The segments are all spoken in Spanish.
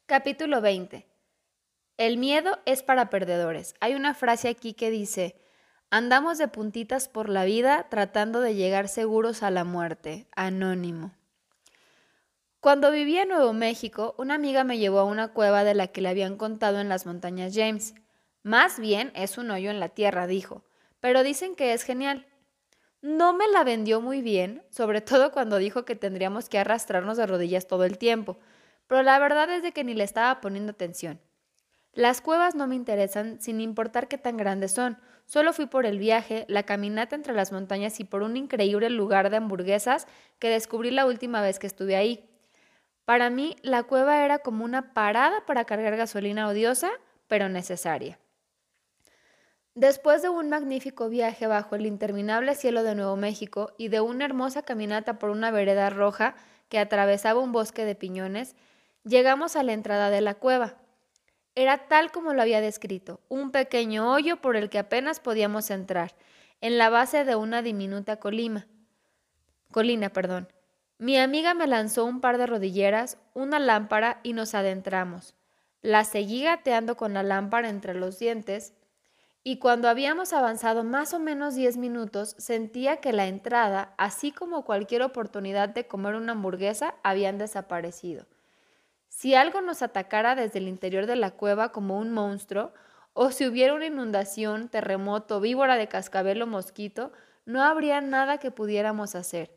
Capítulo 20. El miedo es para perdedores. Hay una frase aquí que dice, andamos de puntitas por la vida tratando de llegar seguros a la muerte. Anónimo. Cuando vivía en Nuevo México, una amiga me llevó a una cueva de la que le habían contado en las montañas James. Más bien es un hoyo en la tierra, dijo, pero dicen que es genial. No me la vendió muy bien, sobre todo cuando dijo que tendríamos que arrastrarnos de rodillas todo el tiempo, pero la verdad es de que ni le estaba poniendo atención. Las cuevas no me interesan sin importar qué tan grandes son. Solo fui por el viaje, la caminata entre las montañas y por un increíble lugar de hamburguesas que descubrí la última vez que estuve ahí. Para mí, la cueva era como una parada para cargar gasolina odiosa, pero necesaria. Después de un magnífico viaje bajo el interminable cielo de Nuevo México y de una hermosa caminata por una vereda roja que atravesaba un bosque de piñones, llegamos a la entrada de la cueva. Era tal como lo había descrito, un pequeño hoyo por el que apenas podíamos entrar, en la base de una diminuta colina. Mi amiga me lanzó un par de rodilleras, una lámpara y nos adentramos. La seguí gateando con la lámpara entre los dientes y cuando habíamos avanzado más o menos 10 minutos sentía que la entrada, así como cualquier oportunidad de comer una hamburguesa, habían desaparecido. Si algo nos atacara desde el interior de la cueva como un monstruo, o si hubiera una inundación, terremoto, víbora de cascabel o mosquito, no habría nada que pudiéramos hacer.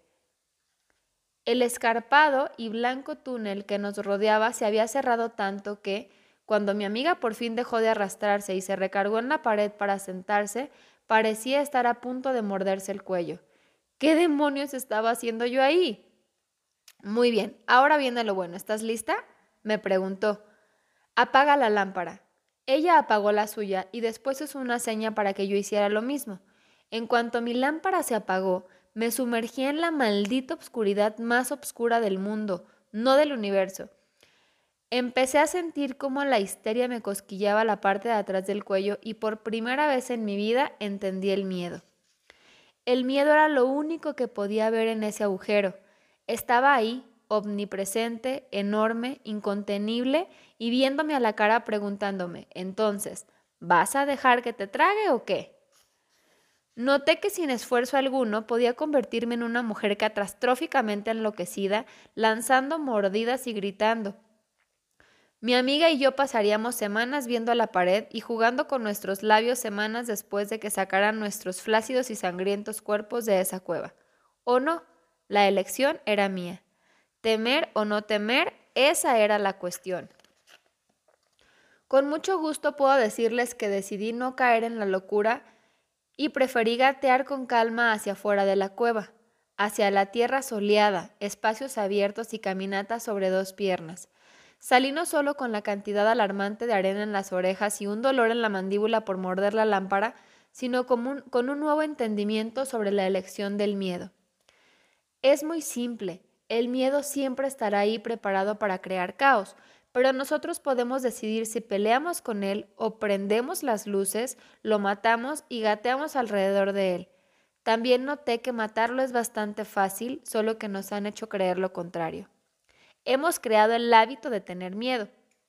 El escarpado y blanco túnel que nos rodeaba se había cerrado tanto que, cuando mi amiga por fin dejó de arrastrarse y se recargó en la pared para sentarse, parecía estar a punto de morderse el cuello. ¿Qué demonios estaba haciendo yo ahí? Muy bien, ahora viene lo bueno. ¿Estás lista? Me preguntó. Apaga la lámpara. Ella apagó la suya y después hizo una seña para que yo hiciera lo mismo. En cuanto mi lámpara se apagó, me sumergí en la maldita obscuridad más oscura del mundo, no del universo. Empecé a sentir cómo la histeria me cosquillaba la parte de atrás del cuello y por primera vez en mi vida entendí el miedo. El miedo era lo único que podía ver en ese agujero. Estaba ahí, omnipresente, enorme, incontenible, y viéndome a la cara preguntándome, entonces, ¿vas a dejar que te trague o qué? Noté que sin esfuerzo alguno podía convertirme en una mujer catastróficamente enloquecida, lanzando mordidas y gritando. Mi amiga y yo pasaríamos semanas viendo a la pared y jugando con nuestros labios semanas después de que sacaran nuestros flácidos y sangrientos cuerpos de esa cueva. ¿O no? La elección era mía. Temer o no temer, esa era la cuestión. Con mucho gusto puedo decirles que decidí no caer en la locura y preferí gatear con calma hacia afuera de la cueva, hacia la tierra soleada, espacios abiertos y caminatas sobre dos piernas. Salí no solo con la cantidad alarmante de arena en las orejas y un dolor en la mandíbula por morder la lámpara, sino con un nuevo entendimiento sobre la elección del miedo. Es muy simple, el miedo siempre estará ahí preparado para crear caos, pero nosotros podemos decidir si peleamos con él o prendemos las luces, lo matamos y gateamos alrededor de él. También noté que matarlo es bastante fácil, solo que nos han hecho creer lo contrario. Hemos creado el hábito de tener miedo.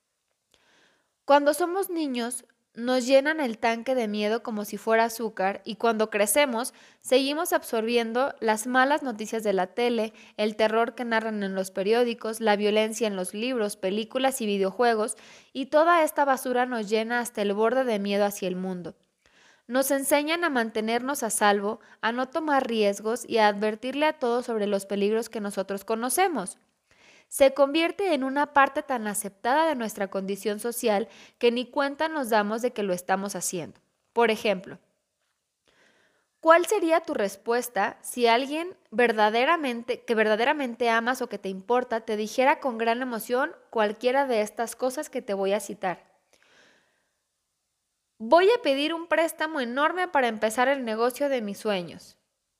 Cuando somos niños, nos llenan el tanque de miedo como si fuera azúcar y cuando crecemos, seguimos absorbiendo las malas noticias de la tele, el terror que narran en los periódicos, la violencia en los libros, películas y videojuegos, y toda esta basura nos llena hasta el borde de miedo hacia el mundo. Nos enseñan a mantenernos a salvo, a no tomar riesgos y a advertirle a todos sobre los peligros que nosotros conocemos. Se convierte en una parte tan aceptada de nuestra condición social que ni cuenta nos damos de que lo estamos haciendo. Por ejemplo, ¿cuál sería tu respuesta si alguien que verdaderamente amas o que te importa te dijera con gran emoción cualquiera de estas cosas que te voy a citar? Voy a pedir un préstamo enorme para empezar el negocio de mis sueños.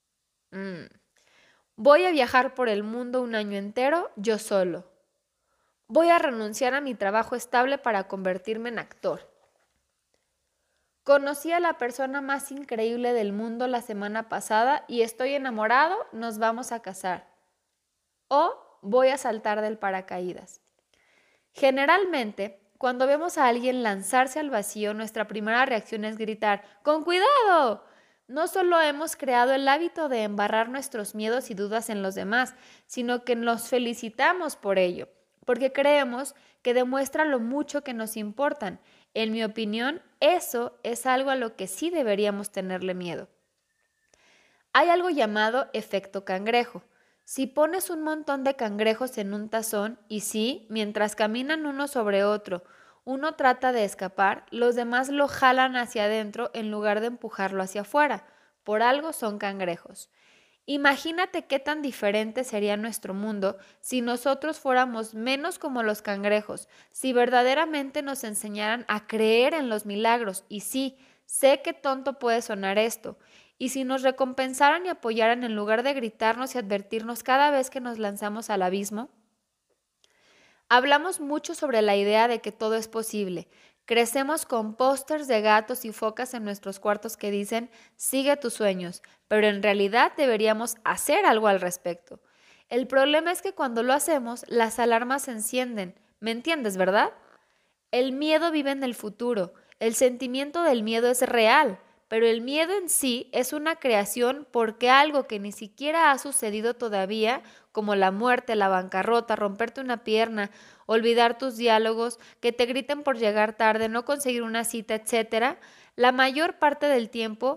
Voy a viajar por el mundo un año entero yo solo. Voy a renunciar a mi trabajo estable para convertirme en actor. Conocí a la persona más increíble del mundo la semana pasada y estoy enamorado, nos vamos a casar. O voy a saltar del paracaídas. Generalmente, cuando vemos a alguien lanzarse al vacío, nuestra primera reacción es gritar, ¡con cuidado! No solo hemos creado el hábito de embarrar nuestros miedos y dudas en los demás, sino que nos felicitamos por ello, porque creemos que demuestra lo mucho que nos importan. En mi opinión, eso es algo a lo que sí deberíamos tenerle miedo. Hay algo llamado efecto cangrejo. Si pones un montón de cangrejos en un tazón y sí, mientras caminan uno sobre otro, uno trata de escapar, los demás lo jalan hacia adentro en lugar de empujarlo hacia afuera. Por algo son cangrejos. Imagínate qué tan diferente sería nuestro mundo si nosotros fuéramos menos como los cangrejos, si verdaderamente nos enseñaran a creer en los milagros. Y sí, sé qué tonto puede sonar esto. Y si nos recompensaran y apoyaran en lugar de gritarnos y advertirnos cada vez que nos lanzamos al abismo. Hablamos mucho sobre la idea de que todo es posible. Crecemos con pósters de gatos y focas en nuestros cuartos que dicen sigue tus sueños, pero en realidad deberíamos hacer algo al respecto. El problema es que cuando lo hacemos, las alarmas se encienden. ¿Me entiendes, verdad? El miedo vive en el futuro. El sentimiento del miedo es real, pero el miedo en sí es una creación porque algo que ni siquiera ha sucedido todavía, como la muerte, la bancarrota, romperte una pierna, olvidar tus diálogos, que te griten por llegar tarde, no conseguir una cita, etcétera, la mayor parte del tiempo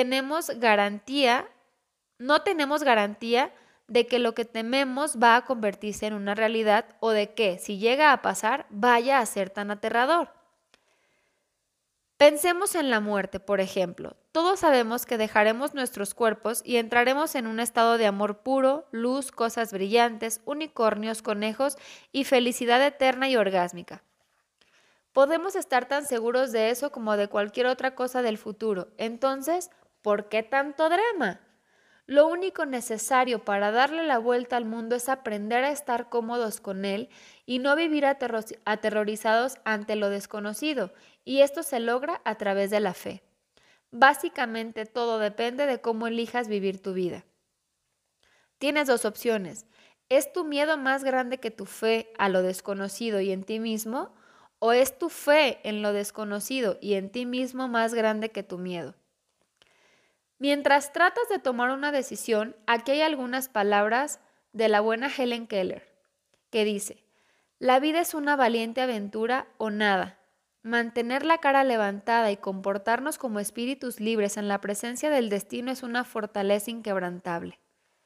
no tenemos garantía de que lo que tememos va a convertirse en una realidad o de que, si llega a pasar, vaya a ser tan aterrador. Pensemos en la muerte, por ejemplo. Todos sabemos que dejaremos nuestros cuerpos y entraremos en un estado de amor puro, luz, cosas brillantes, unicornios, conejos y felicidad eterna y orgásmica. Podemos estar tan seguros de eso como de cualquier otra cosa del futuro. Entonces, ¿por qué tanto drama? Lo único necesario para darle la vuelta al mundo es aprender a estar cómodos con él y no vivir aterrorizados ante lo desconocido, y esto se logra a través de la fe. Básicamente todo depende de cómo elijas vivir tu vida. Tienes dos opciones. ¿Es tu miedo más grande que tu fe a lo desconocido y en ti mismo? ¿O es tu fe en lo desconocido y en ti mismo más grande que tu miedo? Mientras tratas de tomar una decisión, aquí hay algunas palabras de la buena Helen Keller, que dice, la vida es una valiente aventura o nada. Mantener la cara levantada y comportarnos como espíritus libres en la presencia del destino es una fortaleza inquebrantable.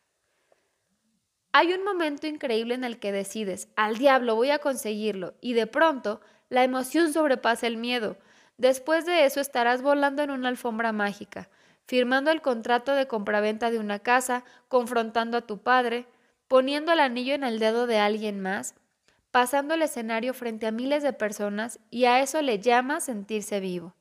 Hay un momento increíble en el que decides, al diablo, voy a conseguirlo, y de pronto la emoción sobrepasa el miedo. Después de eso estarás volando en una alfombra mágica, firmando el contrato de compraventa de una casa, confrontando a tu padre, poniendo el anillo en el dedo de alguien más, pasando el escenario frente a miles de personas, y a eso le llamas sentirse vivo.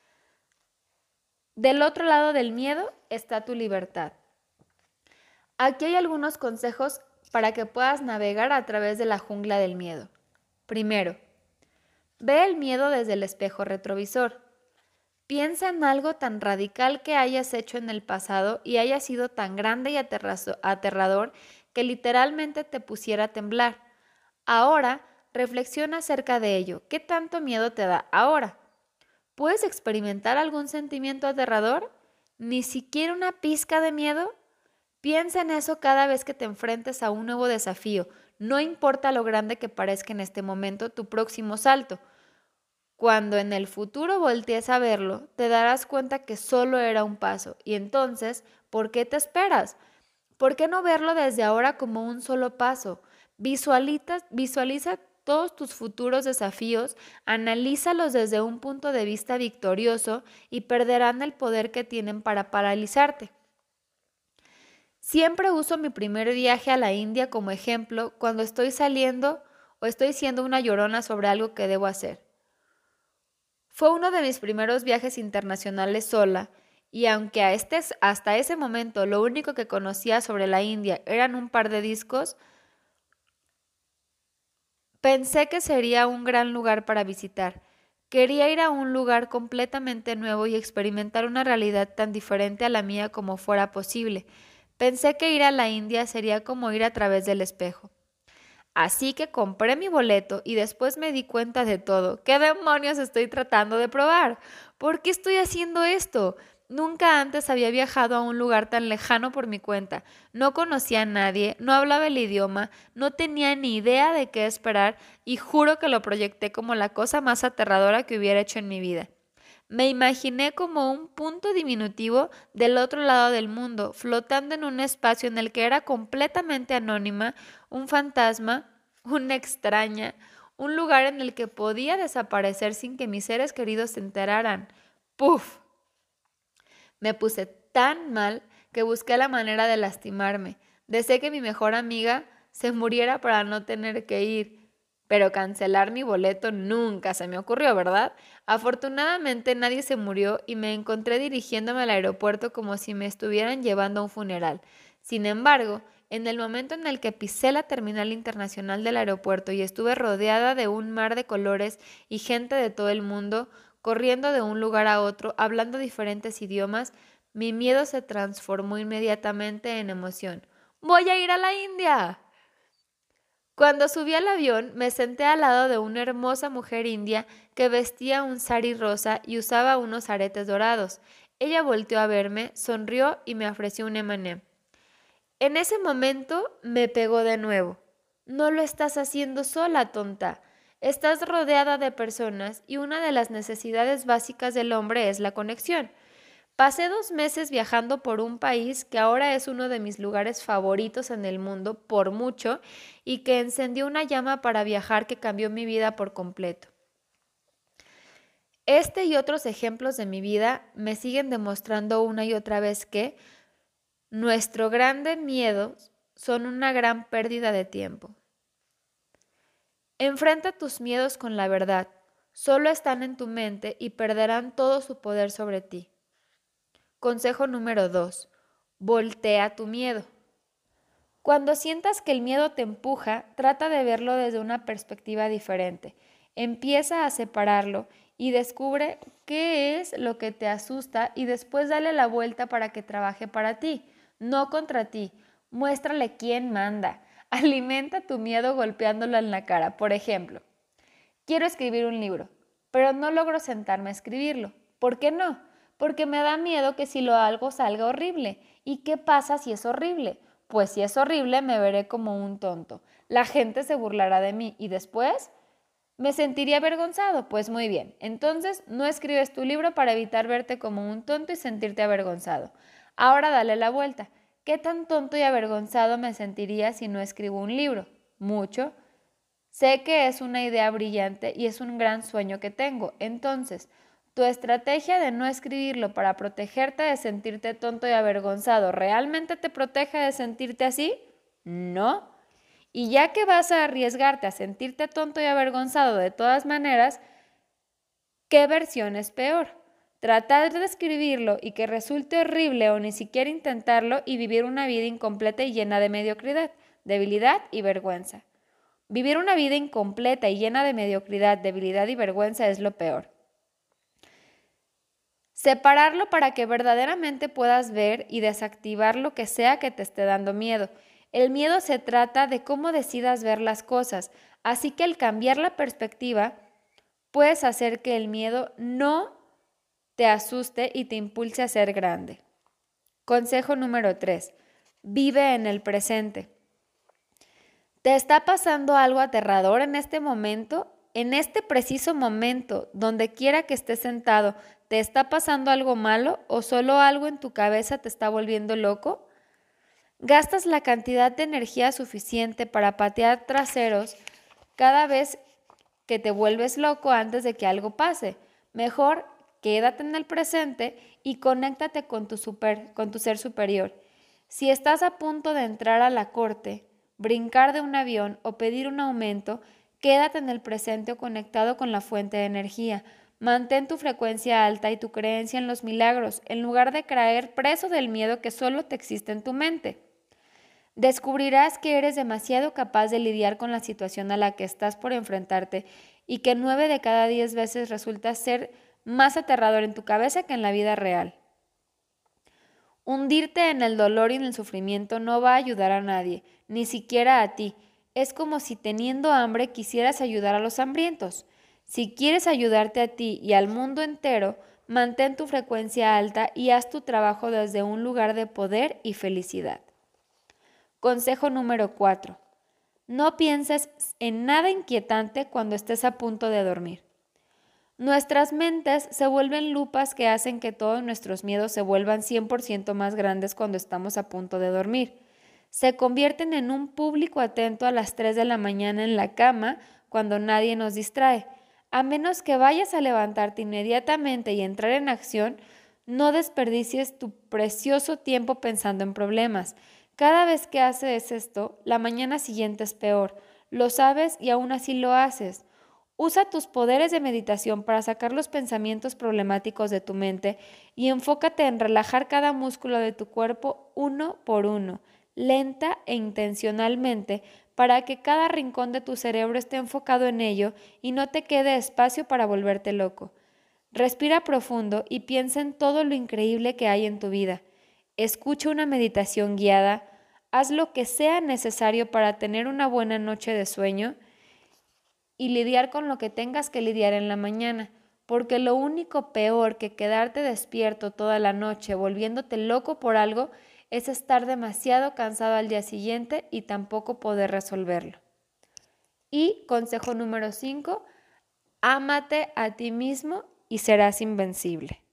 Del otro lado del miedo está tu libertad. Aquí hay algunos consejos para que puedas navegar a través de la jungla del miedo. Primero, ve el miedo desde el espejo retrovisor. Piensa en algo tan radical que hayas hecho en el pasado y haya sido tan grande y aterrador que literalmente te pusiera a temblar. Ahora, reflexiona acerca de ello. ¿Qué tanto miedo te da ahora? ¿Puedes experimentar algún sentimiento aterrador? ¿Ni siquiera una pizca de miedo? Piensa en eso cada vez que te enfrentes a un nuevo desafío. No importa lo grande que parezca en este momento tu próximo salto. Cuando en el futuro voltees a verlo, te darás cuenta que solo era un paso. Y entonces, ¿por qué te esperas? ¿Por qué no verlo desde ahora como un solo paso? Visualiza todos tus futuros desafíos, analízalos desde un punto de vista victorioso y perderán el poder que tienen para paralizarte. Siempre uso mi primer viaje a la India como ejemplo cuando estoy saliendo o estoy siendo una llorona sobre algo que debo hacer. Fue uno de mis primeros viajes internacionales sola, y aunque hasta ese momento lo único que conocía sobre la India eran un par de discos, pensé que sería un gran lugar para visitar. Quería ir a un lugar completamente nuevo y experimentar una realidad tan diferente a la mía como fuera posible. Pensé que ir a la India sería como ir a través del espejo. Así que compré mi boleto y después me di cuenta de todo. ¿Qué demonios estoy tratando de probar? ¿Por qué estoy haciendo esto? Nunca antes había viajado a un lugar tan lejano por mi cuenta. No conocía a nadie, no hablaba el idioma, no tenía ni idea de qué esperar y juro que lo proyecté como la cosa más aterradora que hubiera hecho en mi vida. Me imaginé como un punto diminutivo del otro lado del mundo, flotando en un espacio en el que era completamente anónima, un fantasma, una extraña, un lugar en el que podía desaparecer sin que mis seres queridos se enteraran. ¡Puf! Me puse tan mal que busqué la manera de lastimarme. Deseé que mi mejor amiga se muriera para no tener que ir. Pero cancelar mi boleto nunca se me ocurrió, ¿verdad? Afortunadamente nadie se murió y me encontré dirigiéndome al aeropuerto como si me estuvieran llevando a un funeral. Sin embargo, en el momento en el que pisé la terminal internacional del aeropuerto y estuve rodeada de un mar de colores y gente de todo el mundo, corriendo de un lugar a otro, hablando diferentes idiomas, mi miedo se transformó inmediatamente en emoción. ¡Voy a ir a la India! Cuando subí al avión, me senté al lado de una hermosa mujer india que vestía un sari rosa y usaba unos aretes dorados. Ella volteó a verme, sonrió y me ofreció un M&M. En ese momento me pegó de nuevo. No lo estás haciendo sola, tonta. Estás rodeada de personas y una de las necesidades básicas del hombre es la conexión. Pasé 2 meses viajando por un país que ahora es uno de mis lugares favoritos en el mundo por mucho y que encendió una llama para viajar que cambió mi vida por completo. Este y otros ejemplos de mi vida me siguen demostrando una y otra vez que nuestro grande miedo son una gran pérdida de tiempo. Enfrenta tus miedos con la verdad. Solo están en tu mente y perderán todo su poder sobre ti. Consejo número 2. Voltea tu miedo. Cuando sientas que el miedo te empuja, trata de verlo desde una perspectiva diferente. Empieza a separarlo y descubre qué es lo que te asusta y después dale la vuelta para que trabaje para ti, no contra ti. Muéstrale quién manda. Alimenta tu miedo golpeándolo en la cara. Por ejemplo, quiero escribir un libro, pero no logro sentarme a escribirlo. ¿Por qué no? Porque me da miedo que si lo hago salga horrible. ¿Y qué pasa si es horrible? Pues si es horrible me veré como un tonto. La gente se burlará de mí y después me sentiría avergonzado. Pues muy bien, entonces no escribes tu libro para evitar verte como un tonto y sentirte avergonzado. Ahora dale la vuelta. ¿Qué tan tonto y avergonzado me sentiría si no escribo un libro? Mucho. Sé que es una idea brillante y es un gran sueño que tengo. Entonces, ¿tu estrategia de no escribirlo para protegerte de sentirte tonto y avergonzado realmente te protege de sentirte así? No. Y ya que vas a arriesgarte a sentirte tonto y avergonzado de todas maneras, ¿qué versión es peor? Tratar de escribirlo y que resulte horrible o ni siquiera intentarlo y vivir una vida incompleta y llena de mediocridad, debilidad y vergüenza. Vivir una vida incompleta y llena de mediocridad, debilidad y vergüenza es lo peor. Separarlo para que verdaderamente puedas ver y desactivar lo que sea que te esté dando miedo. El miedo se trata de cómo decidas ver las cosas, así que al cambiar la perspectiva, puedes hacer que el miedo no te asuste y te impulse a ser grande. Consejo número 3. Vive en el presente. ¿Te está pasando algo aterrador en este momento? En este preciso momento, donde quiera que estés sentado, ¿te está pasando algo malo o solo algo en tu cabeza te está volviendo loco? ¿Gastas la cantidad de energía suficiente para patear traseros cada vez que te vuelves loco antes de que algo pase? Mejor quédate en el presente y conéctate con tu ser superior. Si estás a punto de entrar a la corte, brincar de un avión o pedir un aumento, quédate en el presente o conectado con la fuente de energía. Mantén tu frecuencia alta y tu creencia en los milagros, en lugar de caer preso del miedo que solo te existe en tu mente. Descubrirás que eres demasiado capaz de lidiar con la situación a la que estás por enfrentarte y que 9 de cada 10 veces resulta ser más aterrador en tu cabeza que en la vida real. Hundirte en el dolor y en el sufrimiento no va a ayudar a nadie, ni siquiera a ti. Es como si teniendo hambre quisieras ayudar a los hambrientos. Si quieres ayudarte a ti y al mundo entero, mantén tu frecuencia alta y haz tu trabajo desde un lugar de poder y felicidad. Consejo número 4. No pienses en nada inquietante cuando estés a punto de dormir. Nuestras mentes se vuelven lupas que hacen que todos nuestros miedos se vuelvan 100% más grandes cuando estamos a punto de dormir. Se convierten en un público atento a las 3 de la mañana en la cama cuando nadie nos distrae. A menos que vayas a levantarte inmediatamente y entrar en acción, no desperdicies tu precioso tiempo pensando en problemas. Cada vez que haces esto, la mañana siguiente es peor. Lo sabes y aún así lo haces. Usa tus poderes de meditación para sacar los pensamientos problemáticos de tu mente y enfócate en relajar cada músculo de tu cuerpo uno por uno, lenta e intencionalmente, para que cada rincón de tu cerebro esté enfocado en ello y no te quede espacio para volverte loco. Respira profundo y piensa en todo lo increíble que hay en tu vida. Escucha una meditación guiada, haz lo que sea necesario para tener una buena noche de sueño y lidiar con lo que tengas que lidiar en la mañana, porque lo único peor que quedarte despierto toda la noche volviéndote loco por algo es estar demasiado cansado al día siguiente y tampoco poder resolverlo. Y consejo número 5, ámate a ti mismo y serás invencible.